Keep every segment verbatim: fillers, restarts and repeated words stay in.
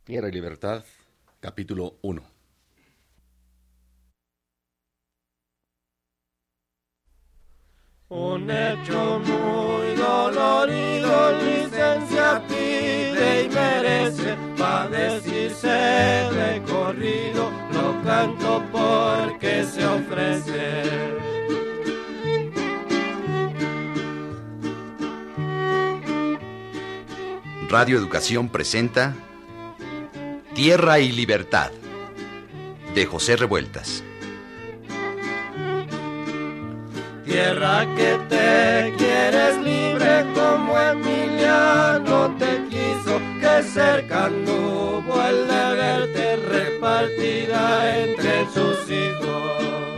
Tierra y Libertad, capítulo uno. Un hecho muy dolorido, licencia pide y merece, pa' decirse de corrido, lo canto porque se ofrece. Radio Educación presenta Tierra y Libertad, de José Revueltas. Tierra que te quieres libre como Emiliano te quiso, que cerca anduvo el de verte repartida entre sus hijos.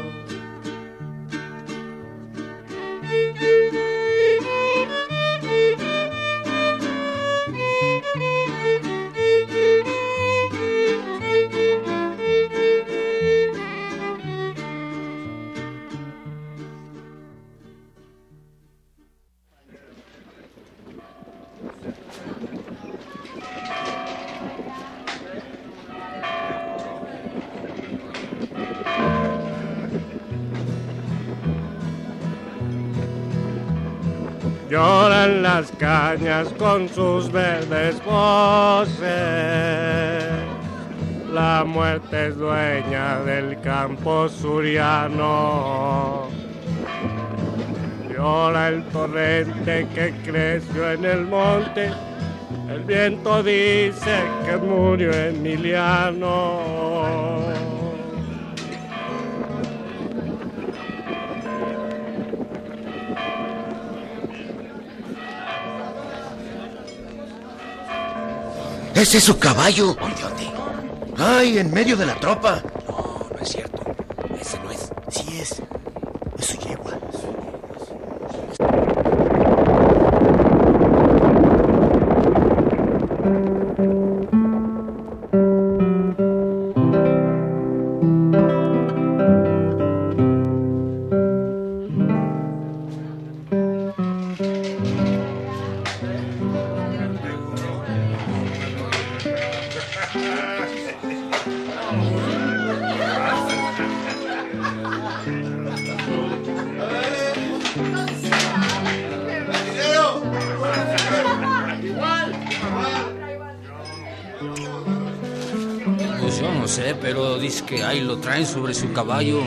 Lloran las cañas con sus verdes voces, la muerte es dueña del campo suriano. Llora el torrente que creció en el monte, el viento dice que murió Emiliano. ¡Ese es su caballo! ¿Dónde, dónde? ¡Ay, en medio de la tropa! No, no es cierto. Ese no es. Sí es. Es su yegua. Pues yo no sé, pero dice que ahí lo traen sobre su caballo.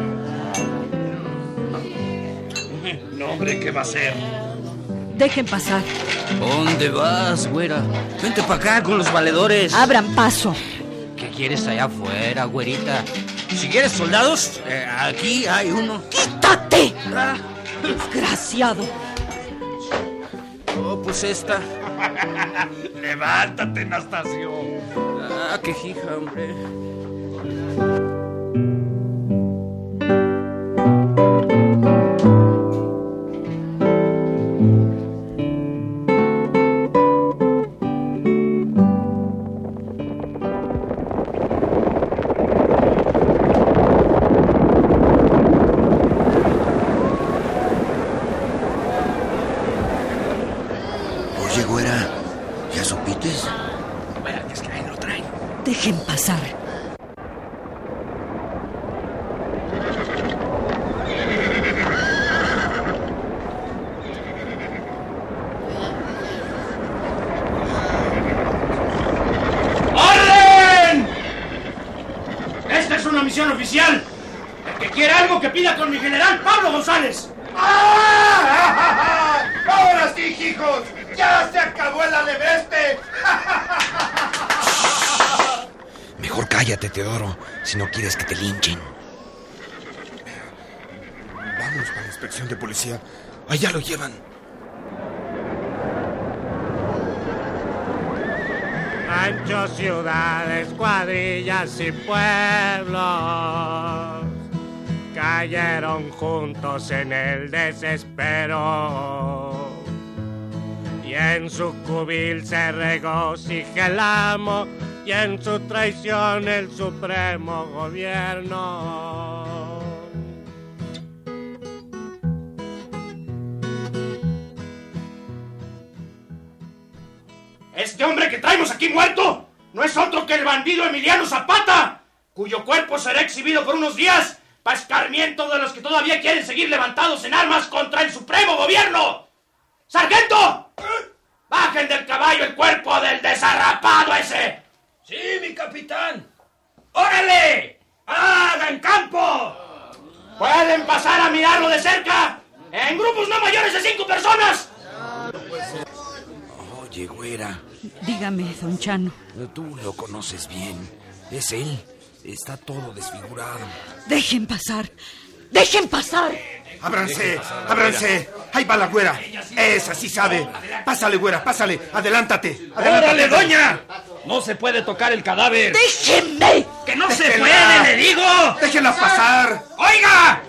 No, hombre, ¿qué va a ser? Dejen pasar. ¿Dónde vas, güera? Vente para acá con los valedores. Abran paso. ¿Qué quieres allá afuera, güerita? Si quieres soldados, eh, aquí hay uno. ¡Quítate! Ah. Desgraciado. Oh, pues esta. Levántate, Anastasio. Ah, qué hija, hombre. Oye, güera, ¿ya supites? Bueno, es que ahí lo traen. Dejen pasar. ¡Orden! Esta es una misión oficial. El que quiera algo que pida con mi general Pablo González. ¡Ah! ¡Ahora sí, hijos! ¡Ya se acabó el alebreste! Mejor cállate, Teodoro, si no quieres que te linchen. Vamos para la inspección de policía. Allá lo llevan. Ranchos, ciudades, cuadrillas y pueblos cayeron juntos en el desespero, y en su cubil se regocija el amo, y en su traición el supremo gobierno. ¿Este hombre que traemos aquí muerto no es otro que el bandido Emiliano Zapata, cuyo cuerpo será exhibido por unos días para escarmiento de los que todavía quieren seguir levantados en armas contra el supremo gobierno. ¡Sargento! ¡Bajen del caballo el cuerpo del desarrapado ese! ¡Sí, mi capitán! ¡Órale! ¡Hagan campo! ¿Pueden pasar a mirarlo de cerca? En grupos no mayores de cinco personas. Oye, güera. Dígame, don Chano. Tú lo conoces bien. Es él. Está todo desfigurado. Dejen pasar. ¡Dejen pasar! ¡Ábranse! ¡Ábranse! ¡Ahí va la güera! ¡Esa sí sabe! ¡Pásale, güera! ¡Pásale! ¡Adelántate! ¡Órale, doña! No se puede tocar el cadáver. ¡Déjenme! ¡Que no se ¡Déjenla! puede, le digo! ¡Déjenla pasar! ¡Oiga!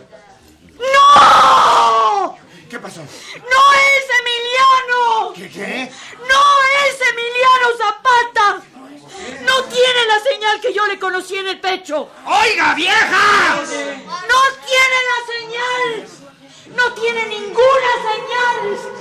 ¡No! ¿Qué pasó? ¡No es Emiliano! ¿Qué, qué? ¡No es Emiliano Zapata! ¡No tiene la señal que yo le conocí en el pecho! ¡Oiga, vieja! ¡No tiene la señal! ¡No tiene ninguna señal!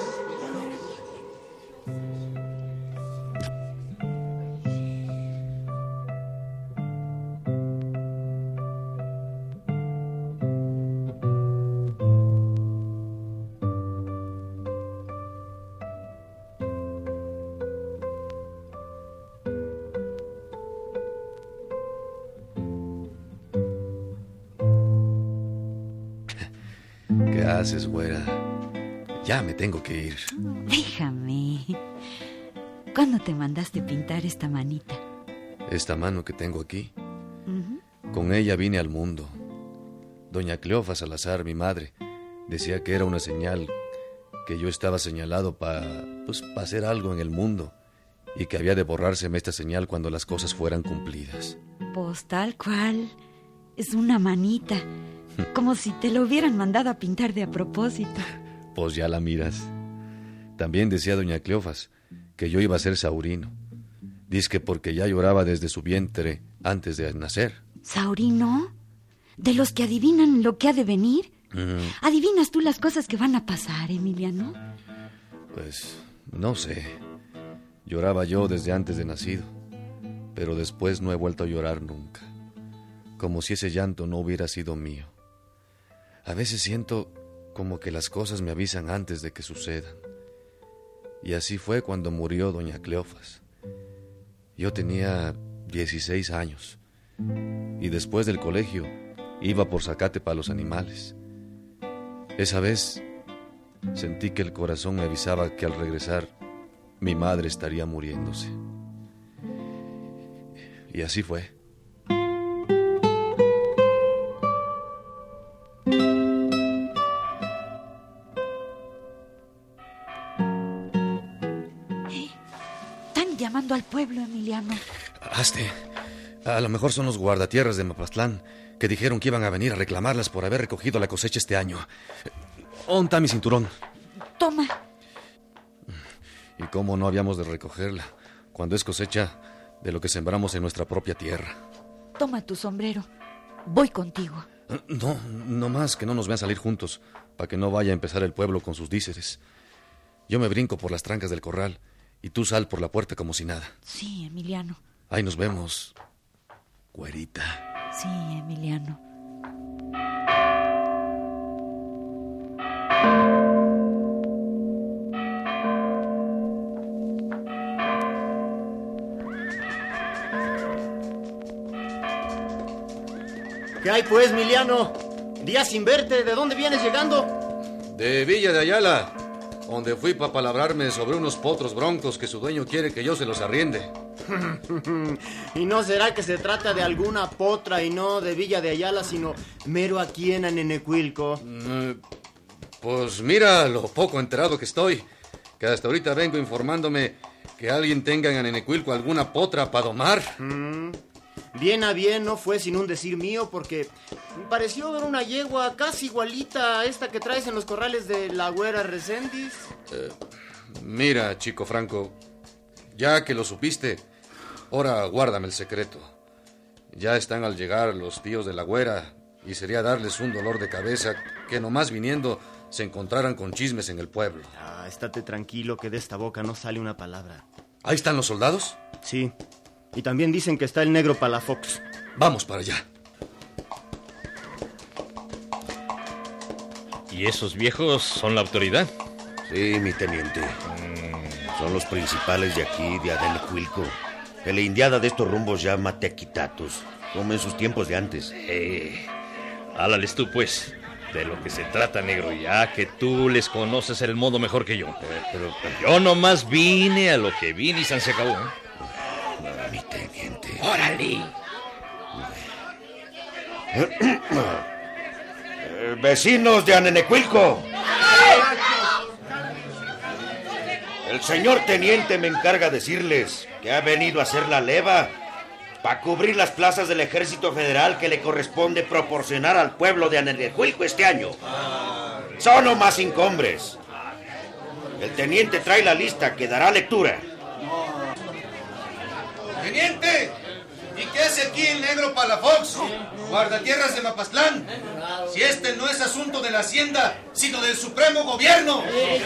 ¿Qué haces, güera? Ya me tengo que ir. Déjame. ¿Cuándo te mandaste pintar esta manita? Esta mano que tengo aquí, Uh-huh. con ella vine al mundo. Doña Cleofa Salazar, mi madre, decía que era una señal, que yo estaba señalado para pues, pa hacer algo en el mundo y que había de borrárseme esta señal cuando las cosas fueran cumplidas. Pues tal cual. Es una manita. Como si te lo hubieran mandado a pintar de a propósito. Pues ya la miras. También decía doña Cleofas que yo iba a ser saurino. Dice porque ya lloraba desde su vientre antes de nacer. ¿Saurino? ¿De los que adivinan lo que ha de venir? Mm, ¿Adivinas tú las cosas que van a pasar, Emiliano? pues no sé. Lloraba yo desde antes de nacido, pero después no he vuelto a llorar nunca. Como si ese llanto no hubiera sido mío. A veces siento como que las cosas me avisan antes de que sucedan. Y así fue cuando murió doña Cleofas. Yo tenía dieciséis años y después del colegio iba por zacate para los animales. Esa vez sentí que el corazón me avisaba que al regresar mi madre estaría muriéndose. Y así fue. Llamando al pueblo, Emiliano. Hazte. A lo mejor son los guardatierras de Mapastlán que dijeron que iban a venir a reclamarlas por haber recogido la cosecha este año. ¿Dónde está mi cinturón? Toma. ¿Y cómo no habíamos de recogerla cuando es cosecha de lo que sembramos en nuestra propia tierra? Toma tu sombrero. Voy contigo. No, no más que no nos vean salir juntos para que no vaya a empezar el pueblo con sus díceres. Yo me brinco por las trancas del corral y tú sal por la puerta como si nada. Sí, Emiliano. Ahí nos vemos, güerita. Sí, Emiliano. ¿Qué hay pues, Emiliano? Días sin verte, ¿de dónde vienes llegando? De Villa de Ayala, donde fui para palabrarme sobre unos potros broncos que su dueño quiere que yo se los arriende. ¿Y no será que se trata de alguna potra y no de Villa de Ayala, sino mero aquí en Anenecuilco? Mm, pues mira lo poco enterado que estoy, que hasta ahorita vengo informándome que alguien tenga en Anenecuilco alguna potra para domar. Mm, bien a bien no fue sin un decir mío, porque me pareció ver una yegua casi igualita a esta que traes en los corrales de la güera Reséndiz. Eh, mira, chico Franco, ya que lo supiste, ahora guárdame el secreto. Ya están al llegar los tíos de la güera y sería darles un dolor de cabeza que nomás viniendo se encontraran con chismes en el pueblo. Ah, estate tranquilo que de esta boca no sale una palabra. ¿Ahí están los soldados? Sí, Y también dicen que está el negro Palafox. Vamos para allá. ¿Y esos viejos son la autoridad? Sí, mi teniente. Mm. Son los principales de aquí, de Adenecuilco. Que la indiada de estos rumbos llama tequitatos, como en sus tiempos de antes. Eh, háblales tú, pues, de lo que se trata, negro, ya que tú les conoces el modo mejor que yo. Eh, pero, pero yo nomás vine a lo que vine y se acabó. ¿eh? Mi teniente. ¡Órale! Eh, vecinos de Adenecuilco. El señor teniente me encarga decirles que ha venido a hacer la leva para cubrir las plazas del Ejército Federal que le corresponde proporcionar al pueblo de Adenecuilco este año. Son nomás cinco hombres. El teniente trae la lista que dará lectura. ¡Teniente! ¿Y qué hace aquí el negro Palafox, guardatierras de Mapastlán? Si este no es asunto de la hacienda, sino del supremo gobierno.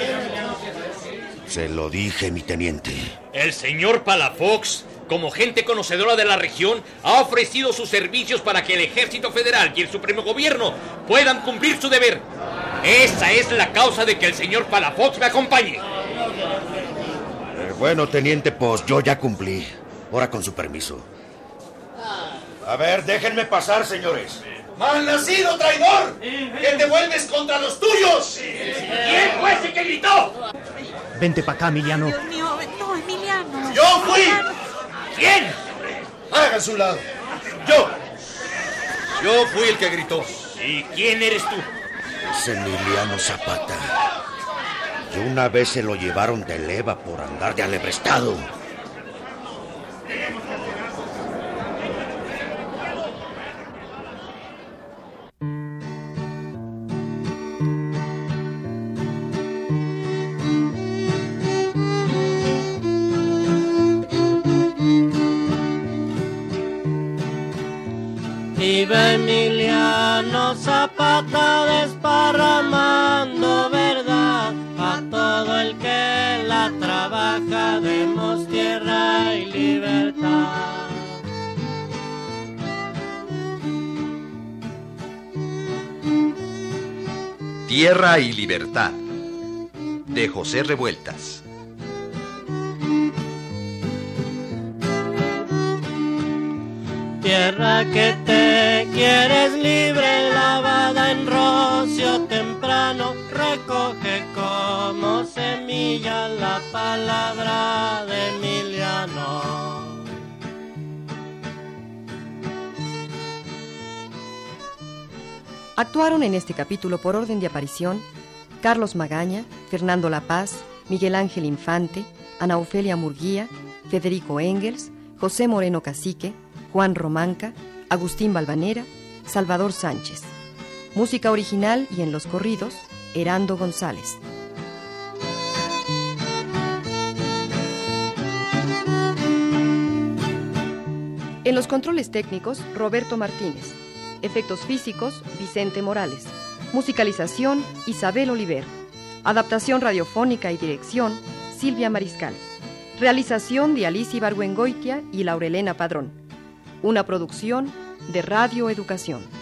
Se lo dije, mi teniente. El señor Palafox, como gente conocedora de la región, ha ofrecido sus servicios para que el Ejército Federal y el Supremo Gobierno puedan cumplir su deber. Esa es la causa de que el señor Palafox me acompañe. Eh, bueno, teniente, pues yo ya cumplí. Ahora con su permiso. A ver, déjenme pasar, señores. ¡Malnacido traidor! ¡Que te vuelves contra los tuyos! ¿Quién fue ese que gritó? Vente para acá, Emiliano. Dios mío, no, Emiliano. ¡Yo fui! ¿Quién? Háganse un lado. Yo. Yo fui el que gritó. ¿Y quién eres tú? Es Emiliano Zapata. Y una vez se lo llevaron de leva por andar de alebrestado. Viva Emiliano Zapata desparramando verdad a todo el que la trabaja, demos tierra y libertad. Tierra y libertad, de José Revueltas. Tierra que te quieres libre, lavada en rocio temprano, recoge como semilla la palabra de Emiliano. Actuaron en este capítulo por orden de aparición Carlos Magaña, Fernando La Paz, Miguel Ángel Infante, Ana Ofelia Murguía, Federico Engels, José Moreno Cacique, Juan Romanca, Agustín Valvanera, Salvador Sánchez. Música original y en los corridos, Herando González. En los controles técnicos, Roberto Martínez. Efectos físicos, Vicente Morales. Musicalización, Isabel Oliver. Adaptación radiofónica y dirección, Silvia Mariscal. Realización de Alicia Ibargüengoitia y Laurelena Padrón. Una producción de Radio Educación.